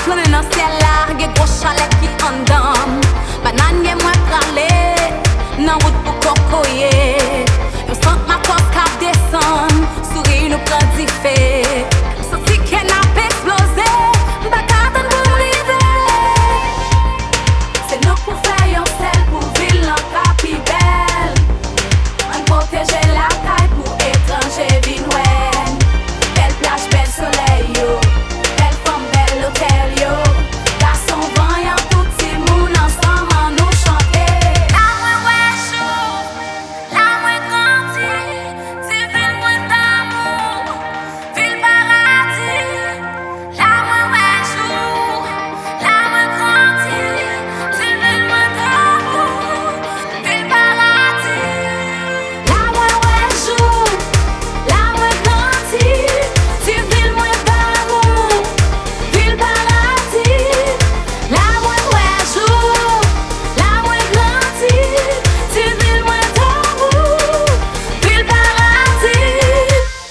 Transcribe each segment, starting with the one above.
Plané dans ciel large, gros chalet qui en dame. Banane gen moins pralé, nan route pour cocoyer. Yo sent ma cause cap descend, souris nous prend diffé. Senti qu'elle n'a pas explosé, m'bakatan pour m'river. C'est nous pour faire un sel pour ville en capi belle. On protéger la caille pour étranger vinouenne. Belle plage, bel soleil yo, belle femme, bel hôtel yo. Garçon voyant tout petit monde ensemble nous chanter. La moins ouais chaud, la moins grandi, tu ville moins d'amour, ville paradis. La moins ouais chaud, la moins grandi, tu ville moins d'amour, ville paradis. La moins ouais chaud, la moins grandi, tu ville moins d'amour, ville paradis. La moins ouais jour, la moins grandi, tu ville moins d'amour, ville paradis.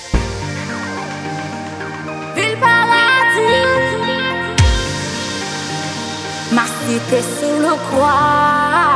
Ville paradis. Ma cité sous le croix.